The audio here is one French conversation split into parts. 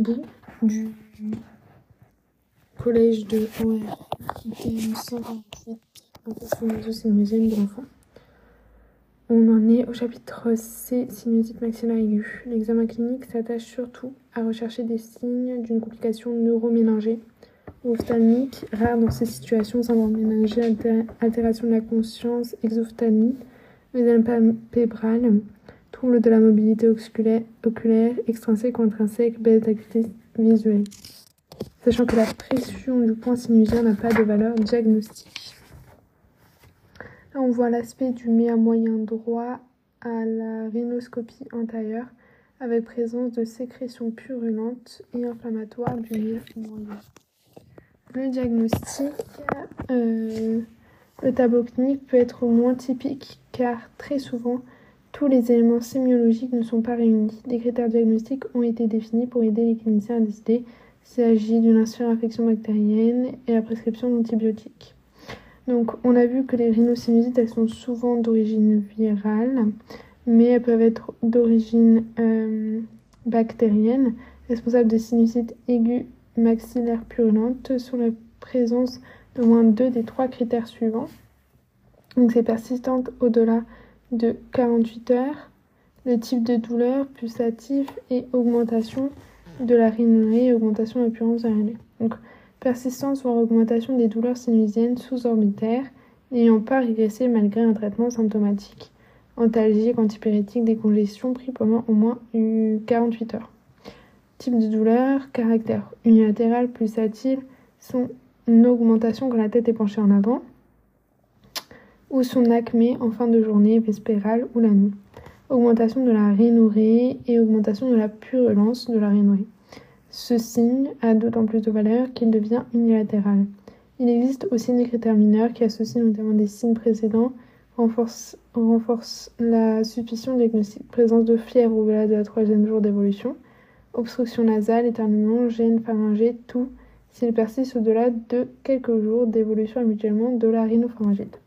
bout du collège de OR, ITM 128, infection nasocénusienne de l'enfant. On en est au chapitre C, sinusite maxillaire aiguë. L'examen clinique s'attache surtout à rechercher des signes d'une complication neuroméningée ou ophtalmique, rare dans ces situations, syndrome méningé, altération de la conscience, exophtalmie, œdème palpébral, trouble de la mobilité oculaire, extrinsèque ou intrinsèque, baisse d'acuité visuelle. Sachant que la pression du point sinusien n'a pas de valeur diagnostique. Là, on voit l'aspect du méa moyen droit à la rhinoscopie antérieure avec présence de sécrétions purulentes et inflammatoires du méa moyen. Le diagnostic, le tableau clinique peut être moins typique car très souvent, tous les éléments sémiologiques ne sont pas réunis. Des critères diagnostiques ont été définis pour aider les cliniciens à décider s'il s'agit d'une infection bactérienne et la prescription d'antibiotiques. Donc, on a vu que les rhinosinusites, elles sont souvent d'origine virale, mais elles peuvent être d'origine bactérienne, responsables des sinusites aiguës maxillaires purulentes sur la présence d'au moins 2 des 3 critères suivants. Donc, c'est persistante au-delà de 48 heures, le type de douleur pulsatif et augmentation de la rhinorrhée et augmentation de l'occurrence de la rhinorrhée. Donc, persistance voire augmentation des douleurs sinusiennes sous-orbitaires n'ayant pas régressé malgré un traitement symptomatique, antalgique, antipyrétique, décongestion pris pendant au moins 48 heures. Type de douleur, caractère unilatéral, pulsatile, son augmentation quand la tête est penchée en avant, ou son acmé en fin de journée, vespérale ou la nuit. Augmentation de la rhinorrhée et augmentation de la purulence de la rhinorrhée. Ce signe a d'autant plus de valeur qu'il devient unilatéral. Il existe aussi des critères mineurs qui associent notamment des signes précédents, renforcent la suspicion diagnostique. Présence de fièvre au-delà de la 3e jour d'évolution, obstruction nasale, éternuement, gêne pharyngée, toux, s'il persiste au-delà de quelques jours d'évolution habituellement de la rhinopharyngite.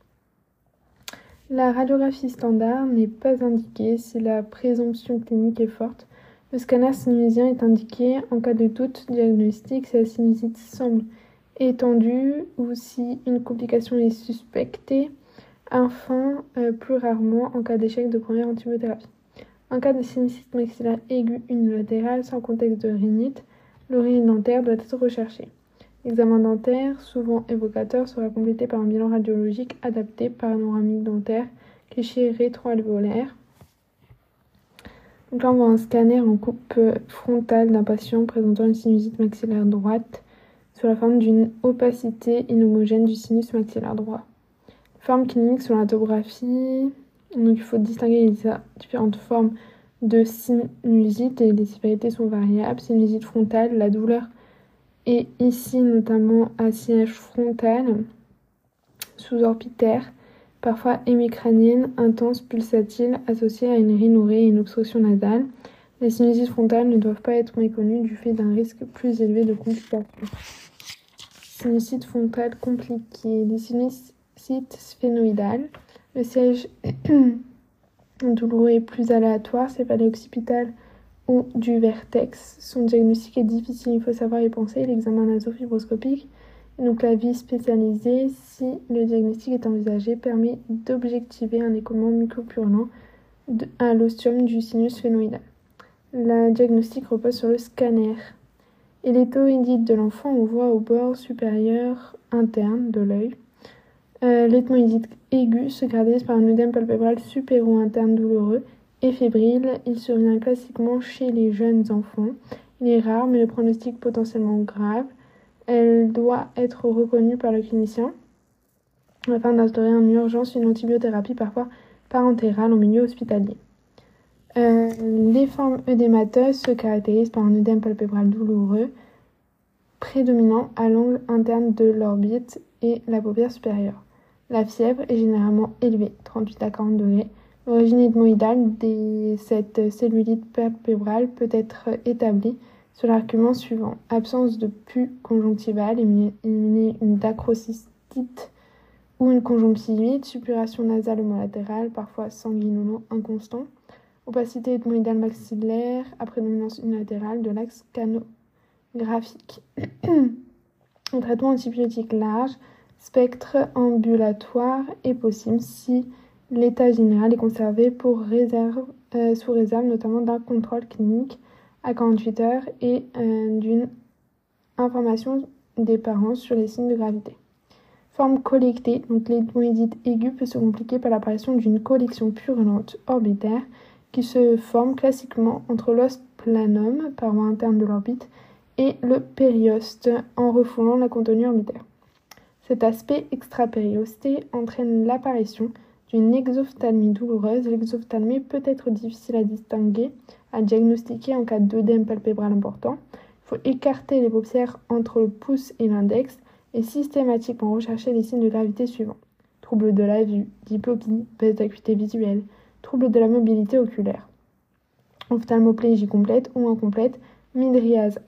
La radiographie standard n'est pas indiquée si la présomption clinique est forte. Le scanner sinusien est indiqué en cas de doute diagnostique si la sinusite semble étendue ou si une complication est suspectée. Enfin, plus rarement en cas d'échec de première antibiothérapie. En cas de sinusite maxillaire aiguë unilatérale sans contexte de rhinite, l'origine dentaire doit être recherchée. L'examen dentaire, souvent évocateur, sera complété par un bilan radiologique adapté panoramique dentaire, cliché rétroalvéolaire. Donc là, on voit un scanner en coupe frontale d'un patient présentant une sinusite maxillaire droite sous la forme d'une opacité inhomogène du sinus maxillaire droit. Forme clinique sur la tomographie. Donc il faut distinguer les différentes formes de sinusite et les sévérités sont variables. Sinusite frontale, la douleur est ici notamment à sillage frontal, sous-orbitaire, parfois hémicrânienne, intense, pulsatile, associée à une rhinorrhée et une obstruction nasale. Les sinusites frontales ne doivent pas être méconnues du fait d'un risque plus élevé de complications. Sinusite frontale compliquée. Les sinusites sphénoïdales. Le siège douloureux est plus aléatoire, céphalée occipitale ou du vertex. Son diagnostic est difficile, il faut savoir y penser. L'examen nasofibroscopique, donc la vie spécialisée, si le diagnostic est envisagé, permet d'objectiver un écoulement mucopurulent à l'ostium du sinus sphénoïdal. Le diagnostic repose sur le scanner. Et l'étoïdite de l'enfant, on voit au bord supérieur interne de l'œil. L'éthmoïdite aiguë se caractérise par un œdème palpébral supéro-interne douloureux et fébrile. Il survient classiquement chez les jeunes enfants. Il est rare, mais le pronostic potentiellement grave. Elle doit être reconnue par le clinicien afin d'instaurer en urgence une antibiothérapie, parfois parentérale, en milieu hospitalier. Les formes œdémateuses se caractérisent par un œdème palpébral douloureux, prédominant à l'angle interne de l'orbite et la paupière supérieure. La fièvre est généralement élevée, 38 à 40 degrés. L'origine ethmoïdale de cette cellulite palpébrale peut être établie sur l'argument suivant. Absence de pus conjonctivale, éliminer une dacrocystite ou une conjonctivite, suppuration nasale homolatérale, parfois sanguinolent inconstant, opacité ethmoïdale maxillaire à prédominance unilatérale de l'axe graphique. Un traitement antibiotique large, spectre ambulatoire est possible si l'état général est conservé sous réserve notamment d'un contrôle clinique à 48 heures et d'une information des parents sur les signes de gravité. Forme collectée, donc l'ethmoïdite aiguë peut se compliquer par l'apparition d'une collection purulente orbitaire qui se forme classiquement entre l'os planum, paroi interne de l'orbite, et le périoste en refoulant la contenue orbitaire. Cet aspect extrapériosté entraîne l'apparition d'une exophthalmie douloureuse. L'exophthalmie peut être difficile à distinguer, à diagnostiquer en cas d'œdème palpébral important. Il faut écarter les paupières entre le pouce et l'index et systématiquement rechercher les signes de gravité suivants. Troubles de la vue, diplopie, baisse d'acuité visuelle, troubles de la mobilité oculaire, ophtalmoplégie complète ou incomplète, mydriase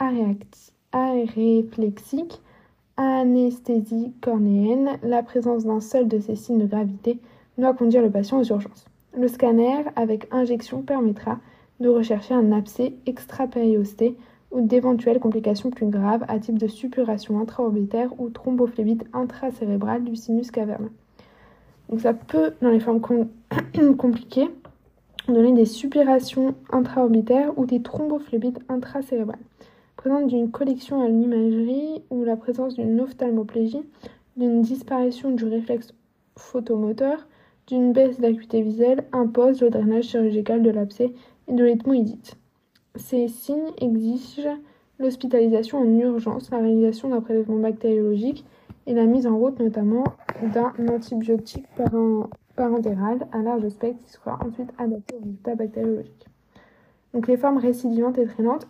aréflexique, anesthésie cornéenne. La présence d'un seul de ces signes de gravité doit conduire le patient aux urgences. Le scanner avec injection permettra de rechercher un abcès extrapériosté ou d'éventuelles complications plus graves à type de suppuration intraorbitaire ou thrombophlébite intracérébrale du sinus caverneux. Donc ça peut, dans les formes compliquées, donner des suppurations intraorbitaires ou des thrombophllébites intracérébrales. Présente d'une collection à l'imagerie ou la présence d'une ophtalmoplégie, d'une disparition du réflexe photomoteur, d'une baisse d'acuité visuelle impose le drainage chirurgical de l'abcès et de l'ethmoïdite. Ces signes exigent l'hospitalisation en urgence, la réalisation d'un prélèvement bactériologique et la mise en route notamment d'un antibiotique parentéral à large spectre qui sera ensuite adapté aux résultats bactériologiques. Donc les formes récidivantes et traînantes,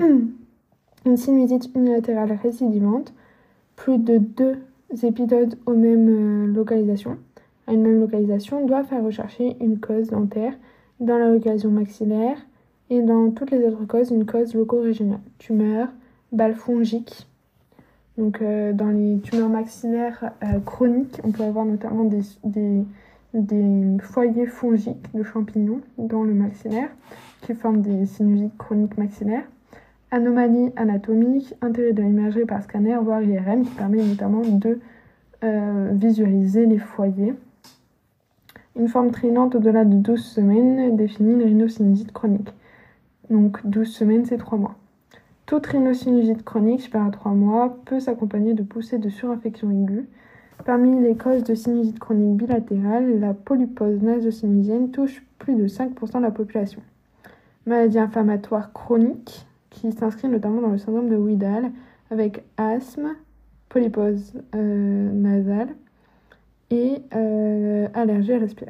une sinusite unilatérale récidivante, plus de 2 épisodes aux mêmes localisations, à une même localisation, doit faire rechercher une cause dentaire dans la localisation maxillaire et dans toutes les autres causes, une cause loco-régionale. Tumeur, balle fongique. Donc dans les tumeurs maxillaires chroniques, on peut avoir notamment des foyers fongiques de champignons dans le maxillaire qui forment des sinusites chroniques maxillaires. Anomalie anatomique, intérêt de l'imagerie par scanner, voire IRM, qui permet notamment de visualiser les foyers. Une forme traînante au-delà de 12 semaines définit une rhinosinusite chronique. Donc 12 semaines, c'est 3 mois. Toute rhinosinusite chronique supérieure à 3 mois peut s'accompagner de poussées de surinfection aiguë. Parmi les causes de sinusite chronique bilatérale, la polypose nasosinusienne touche plus de 5% de la population. Maladie inflammatoire chronique, qui s'inscrit notamment dans le syndrome de Widal, avec asthme, polypose nasale et allergie à l'aspirine.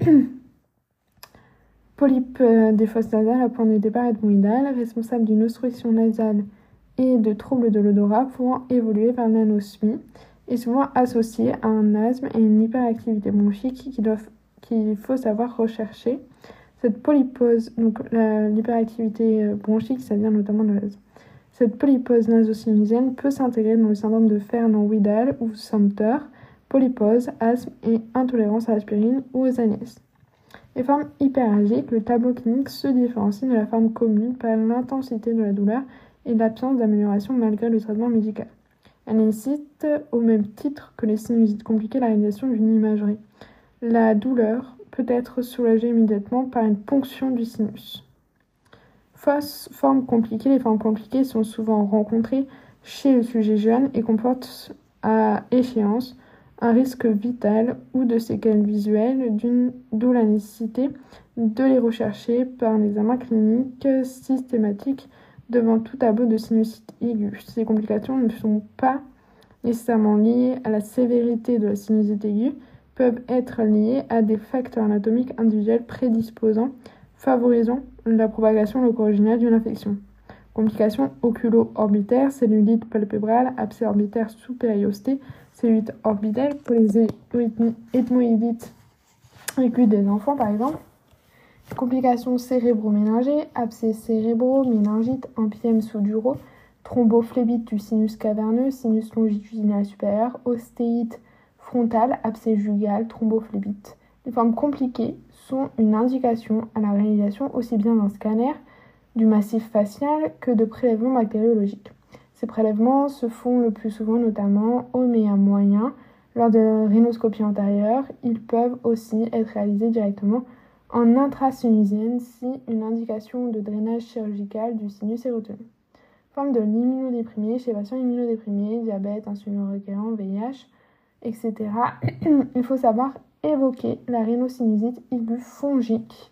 Polype des fosses nasales à point de départ ethmoïdal, responsable d'une obstruction nasale et de troubles de l'odorat pouvant évoluer vers l'anosmie, est souvent associé à un asthme et une hyperactivité bronchique qu'il faut savoir rechercher. Cette polypose, donc l'hyperactivité bronchique, ça vient notamment de l'asthme. Cette polypose nasosinusienne peut s'intégrer dans le syndrome de Fernand-Widal ou Sumter, polypose, asthme et intolérance à l'aspirine ou aux agnès. Les formes hyperalgiques, le tableau clinique se différencie de la forme commune par l'intensité de la douleur et l'absence d'amélioration malgré le traitement médical. Elle nécessite, au même titre que les sinusites compliquées, la réalisation d'une imagerie. La douleur peut être soulagée immédiatement par une ponction du sinus. Formes compliquées. Les formes compliquées sont souvent rencontrées chez le sujet jeune et comportent à échéance un risque vital ou de séquelles visuelles, d'où la nécessité de les rechercher par un examen clinique systématique devant tout tableau de sinusite aiguë. Ces complications ne sont pas nécessairement liées à la sévérité de la sinusite aiguë, peuvent être liées à des facteurs anatomiques individuels prédisposant, favorisant la propagation loco-régionale d'une infection. Complications oculo-orbitaires, cellulite palpébrale, abcès orbitaire sous périosté, cellulite orbitale pour les ethmoïdites aiguës des enfants par exemple. Complications cérébro-méningées, abcès cérébraux, méningite, empyème sous-duro, thrombophlébite du sinus caverneux, sinus longitudinal supérieur, ostéite frontale, abcès jugal, thrombophlébite. Les formes compliquées sont une indication à la réalisation aussi bien d'un scanner du massif facial que de prélèvements bactériologiques. Ces prélèvements se font le plus souvent notamment au méa moyen. Lors de rhinoscopie antérieure, ils peuvent aussi être réalisés directement en intra-sinusienne si une indication de drainage chirurgical du sinus est retenue. Forme de l'immunodéprimé chez les patients immunodéprimés, diabète, insulino-requérant, VIH, etc. Il faut savoir évoquer la rhinosinusite aiguë fongique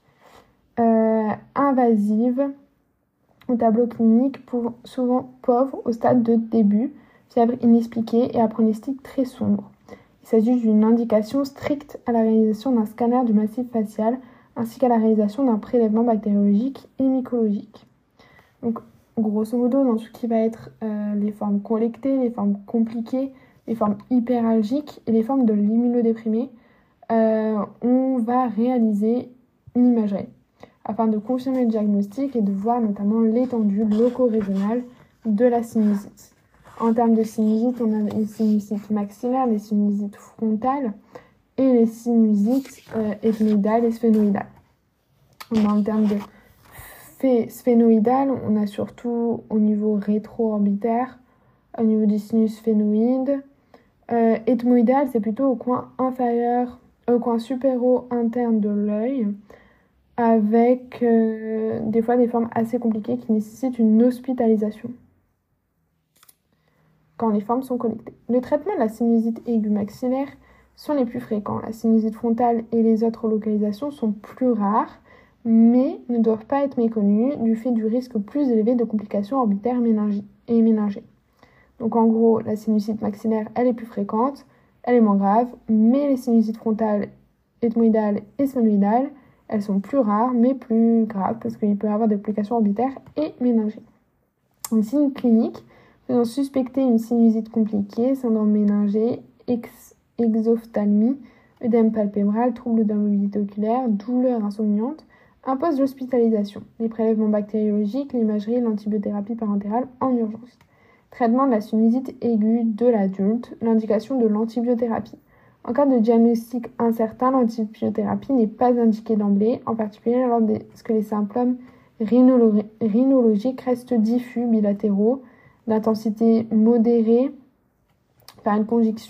invasive au tableau clinique, souvent pauvre au stade de début, fièvre inexpliquée et à pronostic très sombre. Il s'agit d'une indication stricte à la réalisation d'un scanner du massif facial ainsi qu'à la réalisation d'un prélèvement bactériologique et mycologique. Donc, grosso modo, dans ce qui va être les formes collectées, les formes compliquées, les formes hyperalgiques et les formes de l'immunodéprimé, on va réaliser une imagerie afin de confirmer le diagnostic et de voir notamment l'étendue loco-régionale de la sinusite. En termes de sinusite, on a les sinusites maxillaires, les sinusites frontales et les sinusites ethmoïdales et sphénoïdales. En termes de sphénoïdales, on a surtout au niveau rétro-orbitaire, au niveau du sinus sphénoïde. Ethmoïdal, c'est plutôt au coin inférieur, au coin supéro-interne de l'œil, avec des fois des formes assez compliquées qui nécessitent une hospitalisation quand les formes sont collectées. Le traitement de la sinusite aiguë maxillaire sont les plus fréquents. La sinusite frontale et les autres localisations sont plus rares, mais ne doivent pas être méconnues du fait du risque plus élevé de complications orbitaires et méningées. Donc en gros, la sinusite maxillaire, elle est plus fréquente, elle est moins grave, mais les sinusites frontales, ethmoïdales et sphénoïdales, elles sont plus rares, mais plus graves, parce qu'il peut y avoir des complications orbitaires et méningées. En signe clinique, faisant suspecter une sinusite compliquée, syndrome méningé, exophthalmie, œdème palpébral, troubles de la mobilité oculaire, douleur insomniante, impose l'hospitalisation, les prélèvements bactériologiques, l'imagerie et l'antibiothérapie parentérale en urgence. Traitement de la sinusite aiguë de l'adulte, l'indication de l'antibiothérapie. En cas de diagnostic incertain, l'antibiothérapie n'est pas indiquée d'emblée, en particulier lorsque les symptômes rhinologiques restent diffus, bilatéraux, d'intensité modérée, par une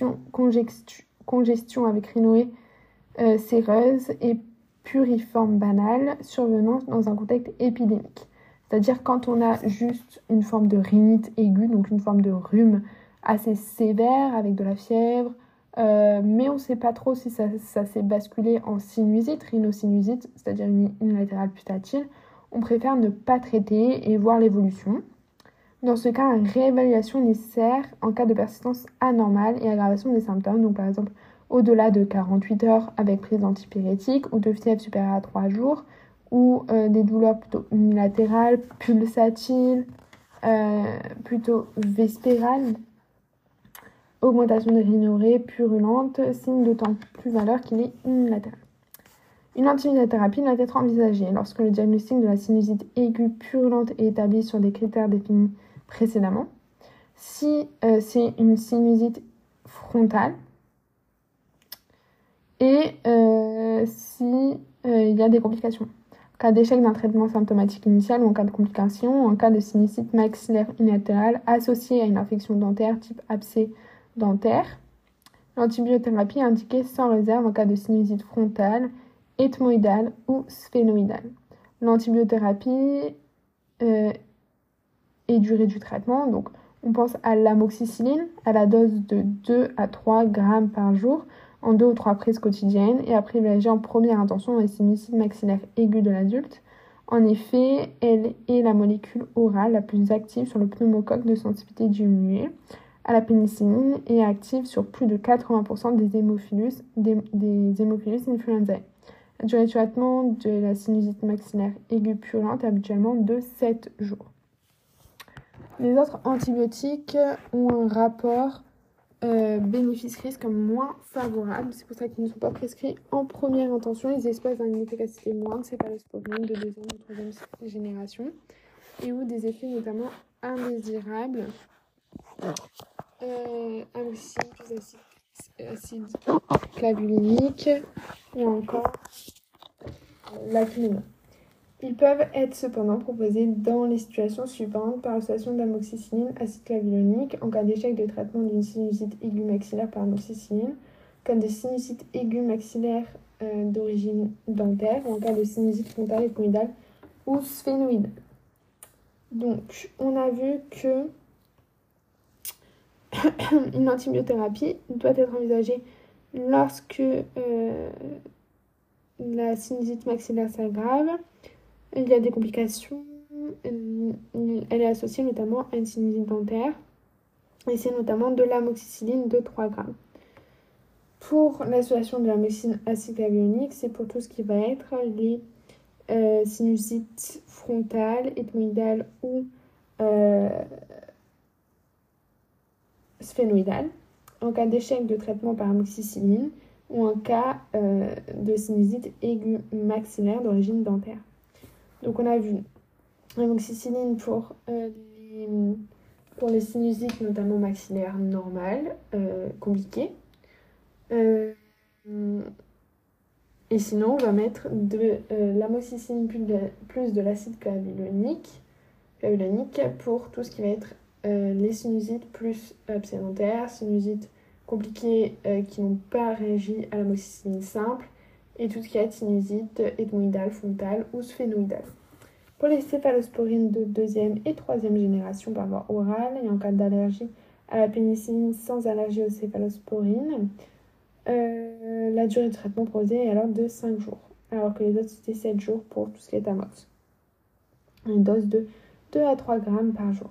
congestion avec rhinoée séreuse et puriforme banale, survenant dans un contexte épidémique. C'est-à-dire quand on a juste une forme de rhinite aiguë, donc une forme de rhume assez sévère avec de la fièvre, mais on ne sait pas trop si ça s'est basculé en sinusite, rhinosinusite, c'est-à-dire une unilatérale pustatile. On préfère ne pas traiter et voir l'évolution. Dans ce cas, une réévaluation est nécessaire en cas de persistance anormale et aggravation des symptômes, donc par exemple au-delà de 48 heures avec prise d'antipyrétiques ou de fièvre supérieure à 3 jours, ou des douleurs plutôt unilatérales, pulsatiles, plutôt vespérales, augmentation des rhinorrhées purulentes, signe d'autant plus valeur qu'il est unilatéral. Une antibiothérapie doit être envisagée lorsque le diagnostic de la sinusite aiguë purulente est établi sur des critères définis précédemment. Si c'est une sinusite frontale et si il y a des complications. En cas d'échec d'un traitement symptomatique initial ou en cas de complications, ou en cas de sinusite maxillaire unilatérale associée à une infection dentaire type abcès dentaire, l'antibiothérapie est indiquée sans réserve en cas de sinusite frontale, ethmoïdale ou sphénoïdale. L'antibiothérapie et durée du traitement, donc on pense à l'amoxicilline à la dose de 2 à 3 grammes par jour en 2 ou 3 prises quotidiennes et à privilégier en première intention les sinusites maxillaires aiguës de l'adulte. En effet, elle est la molécule orale la plus active sur le pneumocoque de sensibilité diminuée à la pénicilline et active sur plus de 80% des hémophilus influenzae. La durée de traitement de la sinusite maxillaire aiguë purulente est habituellement de 7 jours. Les autres antibiotiques ont un rapport bénéfice-risque moins favorable. C'est pour ça qu'ils ne sont pas prescrits en première intention. Ils exposent à une efficacité moindre, c'est pas l'osporine de 2e ou 3e génération, et ou des effets notamment indésirables. Amoxicilline plus acide clavulinique ou encore la quinine. Ils peuvent être cependant proposés dans les situations suivantes par association d'amoxicilline acide clavulonique en cas d'échec de traitement d'une sinusite aiguë maxillaire par amoxicilline, en cas de sinusite aiguë maxillaire d'origine dentaire ou en cas de sinusite frontale ethmoïdale ou sphénoïdale. Donc, on a vu que une antibiothérapie doit être envisagée lorsque la sinusite maxillaire s'aggrave. Il y a des complications. Elle est associée notamment à une sinusite dentaire. Et c'est notamment de l'amoxicilline de 3 grammes. Pour l'association de l'amoxicilline acide clavulonique, c'est pour tout ce qui va être les sinusites frontales, ethmoïdales ou sphénoïdales, en cas d'échec de traitement par amoxicilline ou en cas de sinusite aiguë maxillaire d'origine dentaire. Donc on a vu l'amoxicilline pour les sinusites, notamment maxillaires normales, compliquées. Et sinon, on va mettre de l'amoxicilline plus de l'acide clavulonique pour tout ce qui va être les sinusites plus absédentaires, sinusites compliquées qui n'ont pas réagi à l'amoxicilline simple, et tout ce qui est sinusite ethmoïdale, frontale ou sphénoïdale. Pour les céphalosporines de 2e et 3e génération par voie orale et en cas d'allergie à la pénicilline sans allergie aux céphalosporines, la durée de traitement proposée est alors de 5 jours, alors que les autres c'était 7 jours pour tout ce qui est amox. Une dose de 2 à 3 grammes par jour,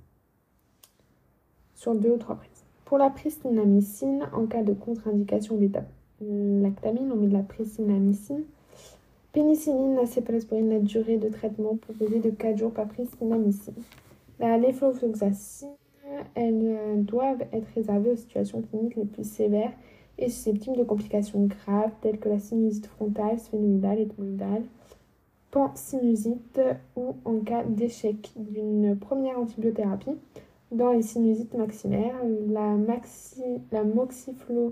sur 2 ou 3 prises. Pour la pristinamycine, en cas de contre-indication bêta-lactamine, on met de la pristinamycine. Pénicilline, la céphalosporine, la durée de traitement proposée de 4 jours par pristinamycine. La lévofloxacine, elles doivent être réservées aux situations cliniques les plus sévères et susceptibles de complications graves telles que la sinusite frontale, sphénoïdale, ethmoïdale, pansinusite ou en cas d'échec d'une première antibiothérapie. Dans les sinusites maxillaires, la moxifloxacine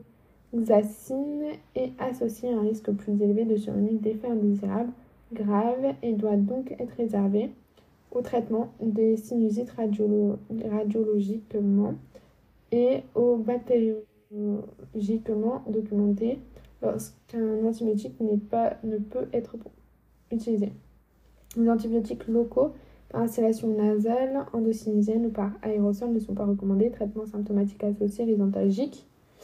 est associée à un risque plus élevé de survenue d'effets indésirables graves et doit donc être réservée au traitement des sinusites radiologiquement et aux bactériologiquement documentés lorsqu'un antibiotique ne peut être utilisé. Les antibiotiques locaux par instillation nasale, endosinusienne ou par aérosol ne sont pas recommandés. Traitement symptomatique associé à les antalgiques.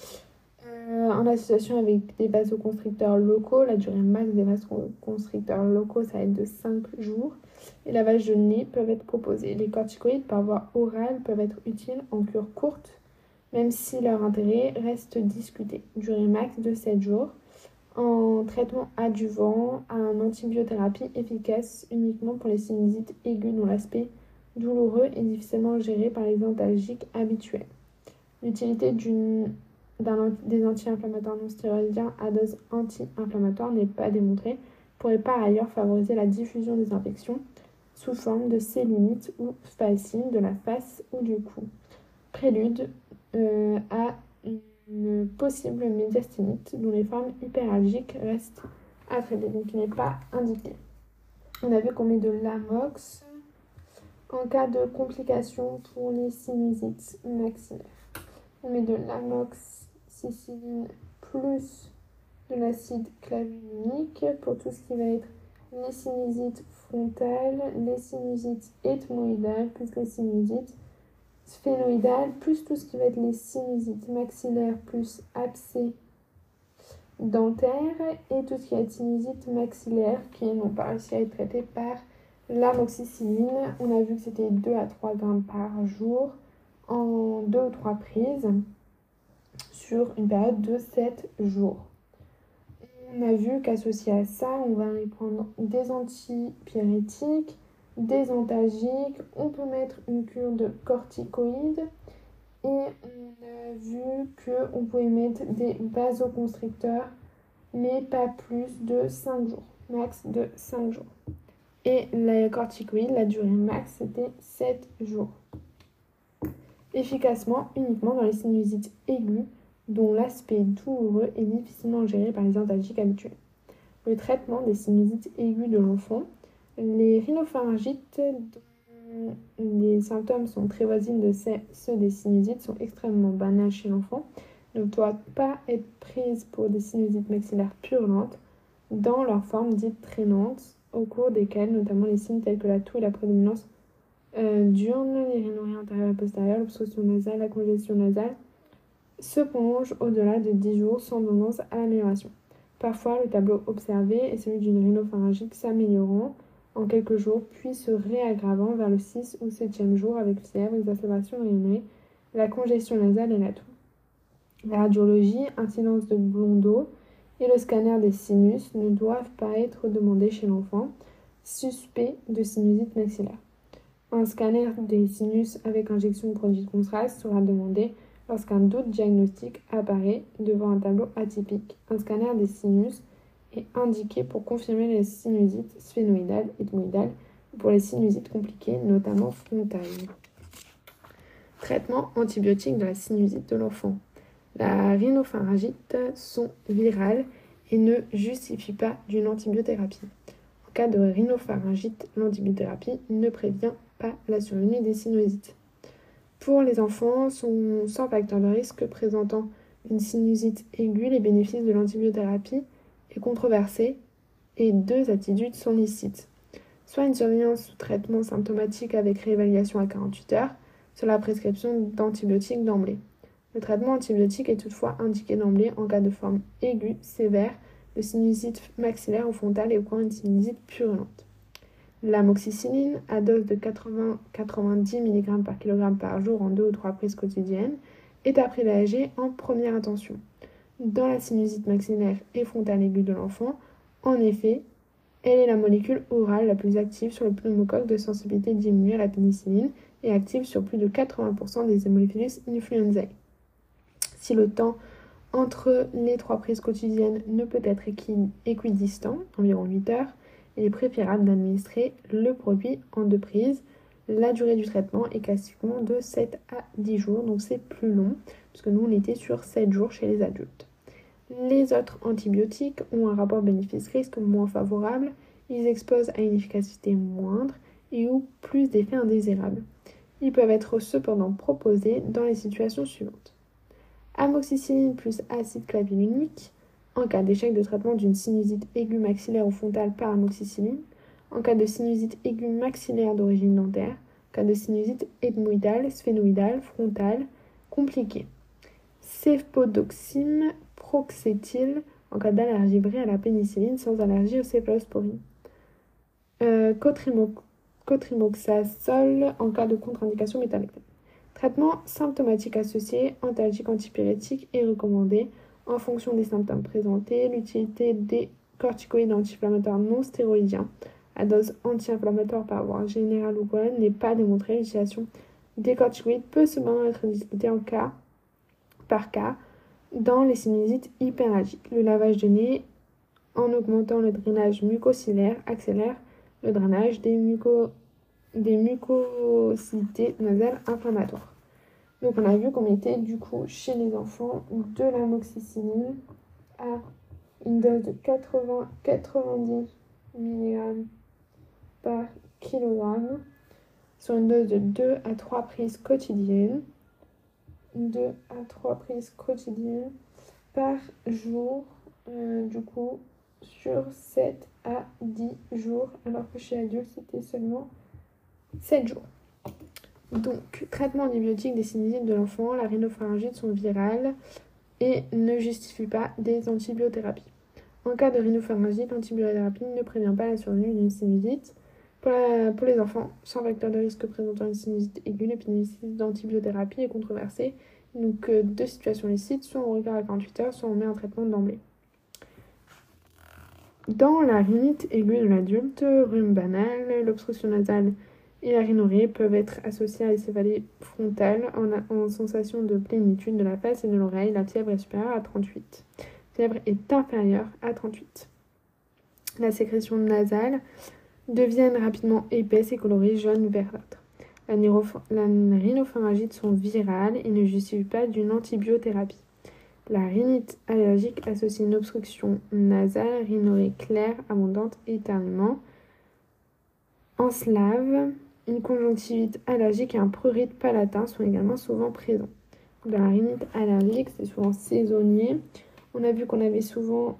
En association avec des vasoconstricteurs locaux, la durée max des vasoconstricteurs locaux, ça va être de 5 jours. Et lavage de nez peuvent être proposés. Les corticoïdes par voie orale peuvent être utiles en cure courte, même si leur intérêt reste discuté. Durée max de 7 jours. En traitement adjuvant à une antibiothérapie efficace uniquement pour les sinusites aiguës dont l'aspect douloureux est difficilement géré par les antalgiques habituels. L'utilité des anti-inflammatoires non stéroïdiens à dose anti-inflammatoire n'est pas démontrée, pourrait par ailleurs favoriser la diffusion des infections sous forme de cellulite ou spasime de la face ou du cou. Prélude à une possible médiastinite dont les formes hyperalgiques restent à traiter, donc il n'est pas indiqué. On a vu qu'on met de l'amox en cas de complications pour les sinusites maxillaires. On met de l'amoxicilline plus de l'acide clavulonique pour tout ce qui va être les sinusites frontales, les sinusites ethmoïdales plus les sinusites sphénoïdales, plus tout ce qui va être les sinusites maxillaires plus abcès dentaire et tout ce qui va être sinusite maxillaire qui n'ont pas réussi à être traité par l'amoxicilline. On a vu que c'était 2 à 3 grammes par jour en 2 ou 3 prises sur une période de 7 jours. On a vu qu'associé à ça, on va y prendre des antipyrétiques, des antalgiques, on peut mettre une cure de corticoïdes et on a vu qu'on pouvait mettre des vasoconstricteurs mais pas plus de 5 jours, max de 5 jours. Et la corticoïde, la durée max c'était 7 jours. Efficacement uniquement dans les sinusites aiguës dont l'aspect douloureux est difficilement géré par les antalgiques habituels. Le traitement des sinusites aiguës de l'enfant Les rhinopharyngites, dont les symptômes sont très voisins de ceux des sinusites, sont extrêmement banals chez l'enfant, ne doivent pas être prises pour des sinusites maxillaires purulentes dans leur forme dite traînante, au cours desquelles notamment les signes tels que la toux et la prédominance diurne, les rhinorrhées antérieures et postérieures, l'obstruction nasale, la congestion nasale, se prolongent au-delà de 10 jours sans tendance à l'amélioration. Parfois, le tableau observé est celui d'une rhinopharyngite s'améliorant en quelques jours, puis se réaggravant vers le 6 ou 7e jour avec fièvre, exacerbation rayonnée, la congestion nasale et la toux. La radiologie, incidence de blondeau et le scanner des sinus ne doivent pas être demandés chez l'enfant suspect de sinusite maxillaire. Un scanner des sinus avec injection de produit de contraste sera demandé lorsqu'un doute diagnostique apparaît devant un tableau atypique. Un scanner des sinus est indiqué pour confirmer les sinusites sphénoïdales et ethmoïdales ou pour les sinusites compliquées, notamment frontales. Traitement antibiotique de la sinusite de l'enfant. La rhinopharyngite sont virales et ne justifient pas d'une antibiothérapie. En cas de rhinopharyngite, l'antibiothérapie ne prévient pas la survenue des sinusites. Pour les enfants sans facteur de risque présentant une sinusite aiguë, les bénéfices de l'antibiothérapie est controversé et 2 attitudes sont licites. Soit une surveillance sous traitement symptomatique avec réévaluation à 48 heures, soit la prescription d'antibiotiques d'emblée. Le traitement antibiotique est toutefois indiqué d'emblée en cas de forme aiguë, sévère, de sinusite maxillaire ou frontale et au cours d'une sinusite purulente. L'amoxicilline, à dose de 80-90 mg par kg par jour en 2 ou 3 prises quotidiennes, est à privilégier en première intention. Dans la sinusite maxillaire et frontale aiguë de l'enfant, en effet, elle est la molécule orale la plus active sur le pneumocoque de sensibilité diminuée à la pénicilline et active sur plus de 80% des Haemophilus influenzae. Si le temps entre les 3 prises quotidiennes ne peut être équidistant, environ 8 heures, il est préférable d'administrer le produit en 2 prises. La durée du traitement est classiquement de 7 à 10 jours, donc c'est plus long, puisque nous on était sur 7 jours chez les adultes. Les autres antibiotiques ont un rapport bénéfice-risque moins favorable, ils exposent à une efficacité moindre et ont plus d'effets indésirables. Ils peuvent être cependant proposés dans les situations suivantes. Amoxicilline plus acide clavulinique en cas d'échec de traitement d'une sinusite aiguë maxillaire ou frontale par amoxicilline, en cas de sinusite aiguë maxillaire d'origine dentaire, en cas de sinusite ethmoïdale, sphénoïdale, frontale, compliquée. Céphalodoxime proxétile en cas d'allergie vraie à la pénicilline sans allergie aux céphalosporines. Cotrimoxazole en cas de contre-indication méthylactame. Traitement symptomatique associé, antalgique antipyrétique est recommandé en fonction des symptômes présentés. L'utilité des corticoïdes anti-inflammatoires non stéroïdiens à dose anti-inflammatoire par voie générale ou colonne n'est pas démontrée. L'utilisation des corticoïdes peut cependant être discutée en cas par cas dans les sinusites hyperalgiques. Le lavage de nez en augmentant le drainage mucocilaire accélère le drainage des mucosités nasales inflammatoires. Donc on a vu qu'on mettait du coup chez les enfants de l'amoxicilline à une dose de 80-90 mg par kg sur une dose de 2 à 3 prises quotidiennes. 2 à 3 prises quotidiennes par jour, du coup sur 7 à 10 jours, alors que chez adulte c'était seulement 7 jours. Donc, traitement antibiotique des sinusites de l'enfant, la rhinopharyngite sont virales et ne justifient pas des antibiothérapies. En cas de rhinopharyngite, l'antibiothérapie ne prévient pas la survenue d'une sinusite. Pour les enfants sans facteur de risque présentant une sinusite aiguë, l'épidémie d'antibiothérapie est controversée. Donc, 2 situations licites, soit on regarde à 48 heures, soit on met un traitement d'emblée. Dans la rhinite aiguë de l'adulte, rhume banal, l'obstruction nasale et la rhinorrhée peuvent être associées à la céphalée frontale en sensation de plénitude de la face et de l'oreille. La fièvre est supérieure à 38. La fièvre est inférieure à 38. La sécrétion nasale devient rapidement épaisse et colorée jaune verdâtre. La rhinopharyngite sont virales et ne justifient pas d'une antibiothérapie. La rhinite allergique associe une obstruction nasale, rhinorrhée claire, abondante, éternuement. En slave, une conjonctivite allergique et un prurite palatin sont également souvent présents. Dans la rhinite allergique, c'est souvent saisonnier. On a vu qu'on avait souvent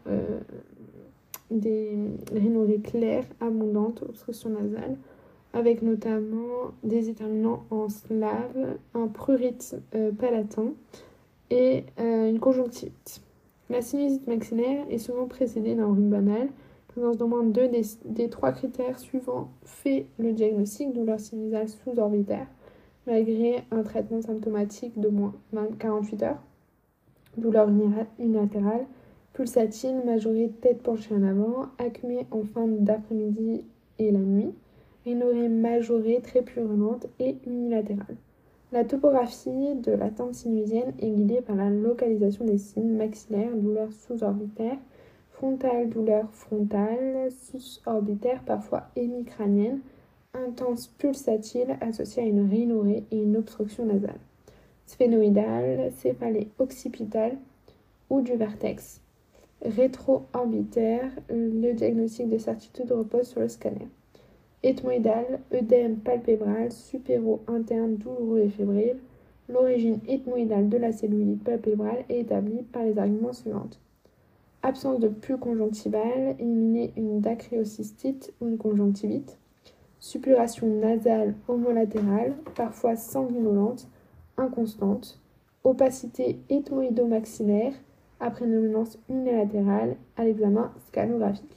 des rhinorrhées claires, abondantes, obstruction nasale, avec notamment des éternuements en slave, un prurite palatin et une conjonctivite. La sinusite maxillaire est souvent précédée d'un rhume banal. Présence d'au moins 2 des 3 critères suivants fait le diagnostic douleur sinusale sous-orbitaire, malgré un traitement symptomatique d'au moins 48 heures. Douleur unilatérale, pulsatile, majorée tête penchée en avant, acmé en fin d'après-midi et la nuit, rhinorrhée majorée très purulente et unilatérale. La topographie de la tente sinusienne est guidée par la localisation des signes maxillaires, douleur sous-orbitaire, frontale, douleur frontale, sus-orbitaire, parfois hémicrânienne, intense pulsatile associée à une rhinorrhée et une obstruction nasale, sphénoïdale, céphalée occipitale ou du vertex, rétro-orbitaire, le diagnostic de certitude repose sur le scanner. Ethmoïdal, œdème palpébral, supéro-interne douloureux et fébrile. L'origine ethmoïdale de la cellulite palpébrale est établie par les arguments suivants. Absence de pus conjonctivale, éliminer une dacryocystite ou une conjonctivite. Suppuration nasale homolatérale, parfois sanguinolente, inconstante. Opacité ethmoïdo-maxillaire, après une dominance unilatérale à l'examen scannographique.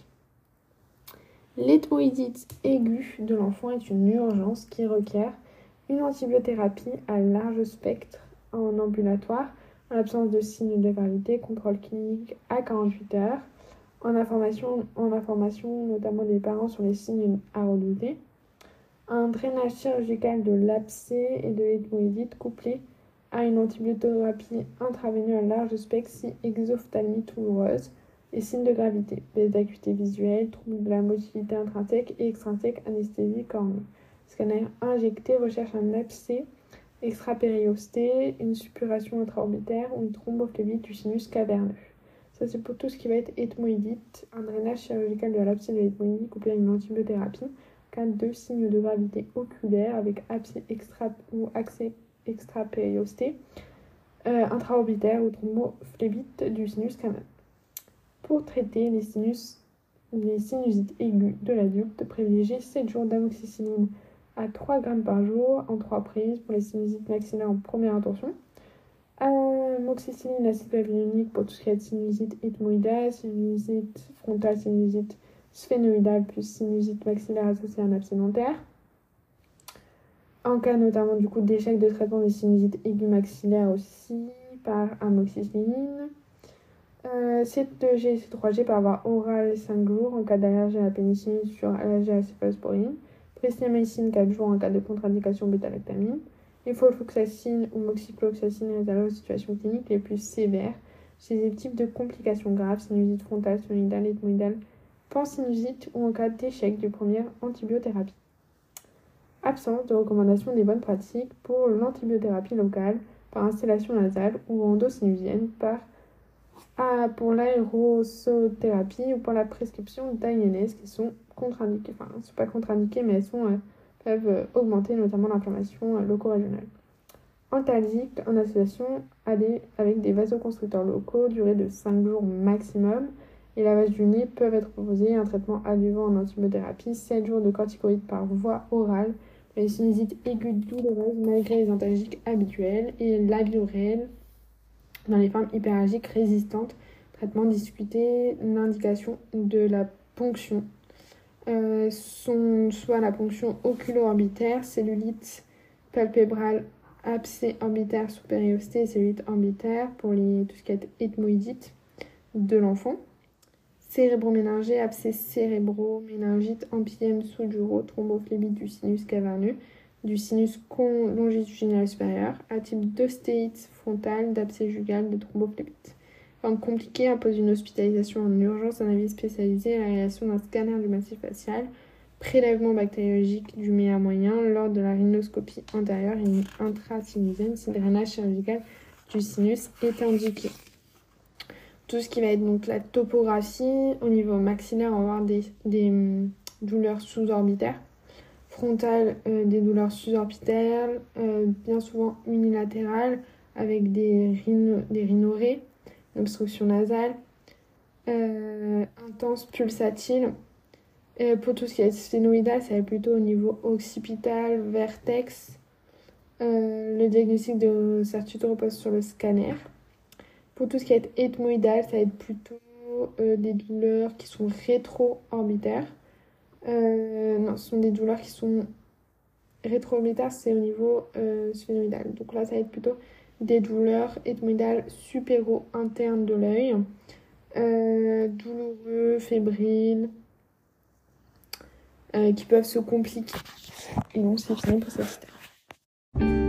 L'ethmoïdite aiguë de l'enfant est une urgence qui requiert une antibiothérapie à large spectre en ambulatoire, en l'absence de signes de gravité, contrôle clinique à 48 heures, en information notamment des parents sur les signes à redouter, un drainage chirurgical de l'abcès et de l'ethmoïdite couplé à une antibiothérapie intraveineuse à large spectre si exophthalmie douloureuse, et signes de gravité, baisse d'acuité visuelle, troubles de la motilité intrinsèque et extrinsèque, anesthésie cornée. Scanner injecté recherche un abcès extrapériosté, une suppuration intraorbitaire ou une thrombophlébite du sinus caverneux. Ça, c'est pour tout ce qui va être ethmoïdite, un drainage chirurgical de l'abcès de l'ethmoïdite couplé à une antibiothérapie, cas de signes de gravité oculaire avec abcès ou accès extrapériosté, intraorbitaire ou thrombophlébite du sinus caverneux. Pour traiter les sinusites aiguës de l'adulte, privilégiez 7 jours d'amoxicilline à 3 grammes par jour en 3 prises pour les sinusites maxillaires en première intention. Amoxicilline acide pavillonique pour tout ce qui est sinusite ethmoïdale, sinusite frontale, sinusite sphénoïdale plus sinusite maxillaire associée à un abcès dentaire. En cas notamment du coup d'échec de traitement des sinusites aiguës maxillaires aussi par amoxicilline. C2G, C3G par voie orale 5 jours en cas d'allergie à la pénicilline sur allergie à la céphalosporine. Pristinamycine 4 jours en cas de contre-indication bêta-lactamine. Levofloxacine ou moxifloxacine réservées aux situations cliniques les plus sévères chez les types de complications graves, sinusite frontale, sphénoïdale, ethmoïdale, pansinusite ou en cas d'échec du première antibiothérapie. Absence de recommandation des bonnes pratiques pour l'antibiothérapie locale par installation nasale ou endosinusienne pour l'aérosothérapie ou pour la prescription d'AINS qui sont contre-indiquées. Enfin, elles ne sont pas contre-indiquées, mais elles peuvent augmenter notamment l'inflammation loco-régionale. Antalgique en association avec des vasoconstricteurs locaux, durée de 5 jours maximum. Et lavage du nez peuvent être proposés, un traitement adjuvant en antibiothérapie, 7 jours de corticoïdes par voie orale, pour les sinusites aiguës douloureuses malgré les antalgiques habituels, et l'aviorel dans les formes hyperalgiques résistantes. Traitement discuté, l'indication de la ponction. Sont soit la ponction oculo-orbitaire, cellulite palpébrale, abcès orbitaire sous périostée et cellulite orbitaire pour tout ce qui est ethmoïdite de l'enfant. Cérébroméningée, abcès cérébroméningite, empyème sous-duro, thrombophlébite du sinus caverneux, du sinus longitudinal supérieur, à type d'ostéite frontale, d'abcès jugal, de thrombophlébite. Forme compliquée impose une hospitalisation en urgence, un avis spécialisé, la réalisation d'un scanner du massif facial, prélèvement bactériologique du meilleur moyen lors de la rhinoscopie antérieure et intrasinusienne si le drainage chirurgical du sinus est indiqué. Tout ce qui va être donc la topographie, au niveau maxillaire, on va avoir des douleurs sous-orbitaires Frontale, des douleurs suborbitales, bien souvent unilatérales, avec des rhinorrhées, une obstruction nasale, intense pulsatile. Pour tout ce qui est sphénoïdal, ça va être plutôt au niveau occipital, vertex. Le diagnostic de certitude repose sur le scanner. Pour tout ce qui est ethmoïdal, ça va être plutôt des douleurs qui sont rétro-orbitaires. Non, ce sont des douleurs qui sont rétro-orbitaires, c'est au niveau sphénoïdal. Donc là, ça va être plutôt des douleurs ethmoïdales supéro-internes de l'œil, douloureux, fébriles, qui peuvent se compliquer. Et donc, c'est fini pour cette histoire.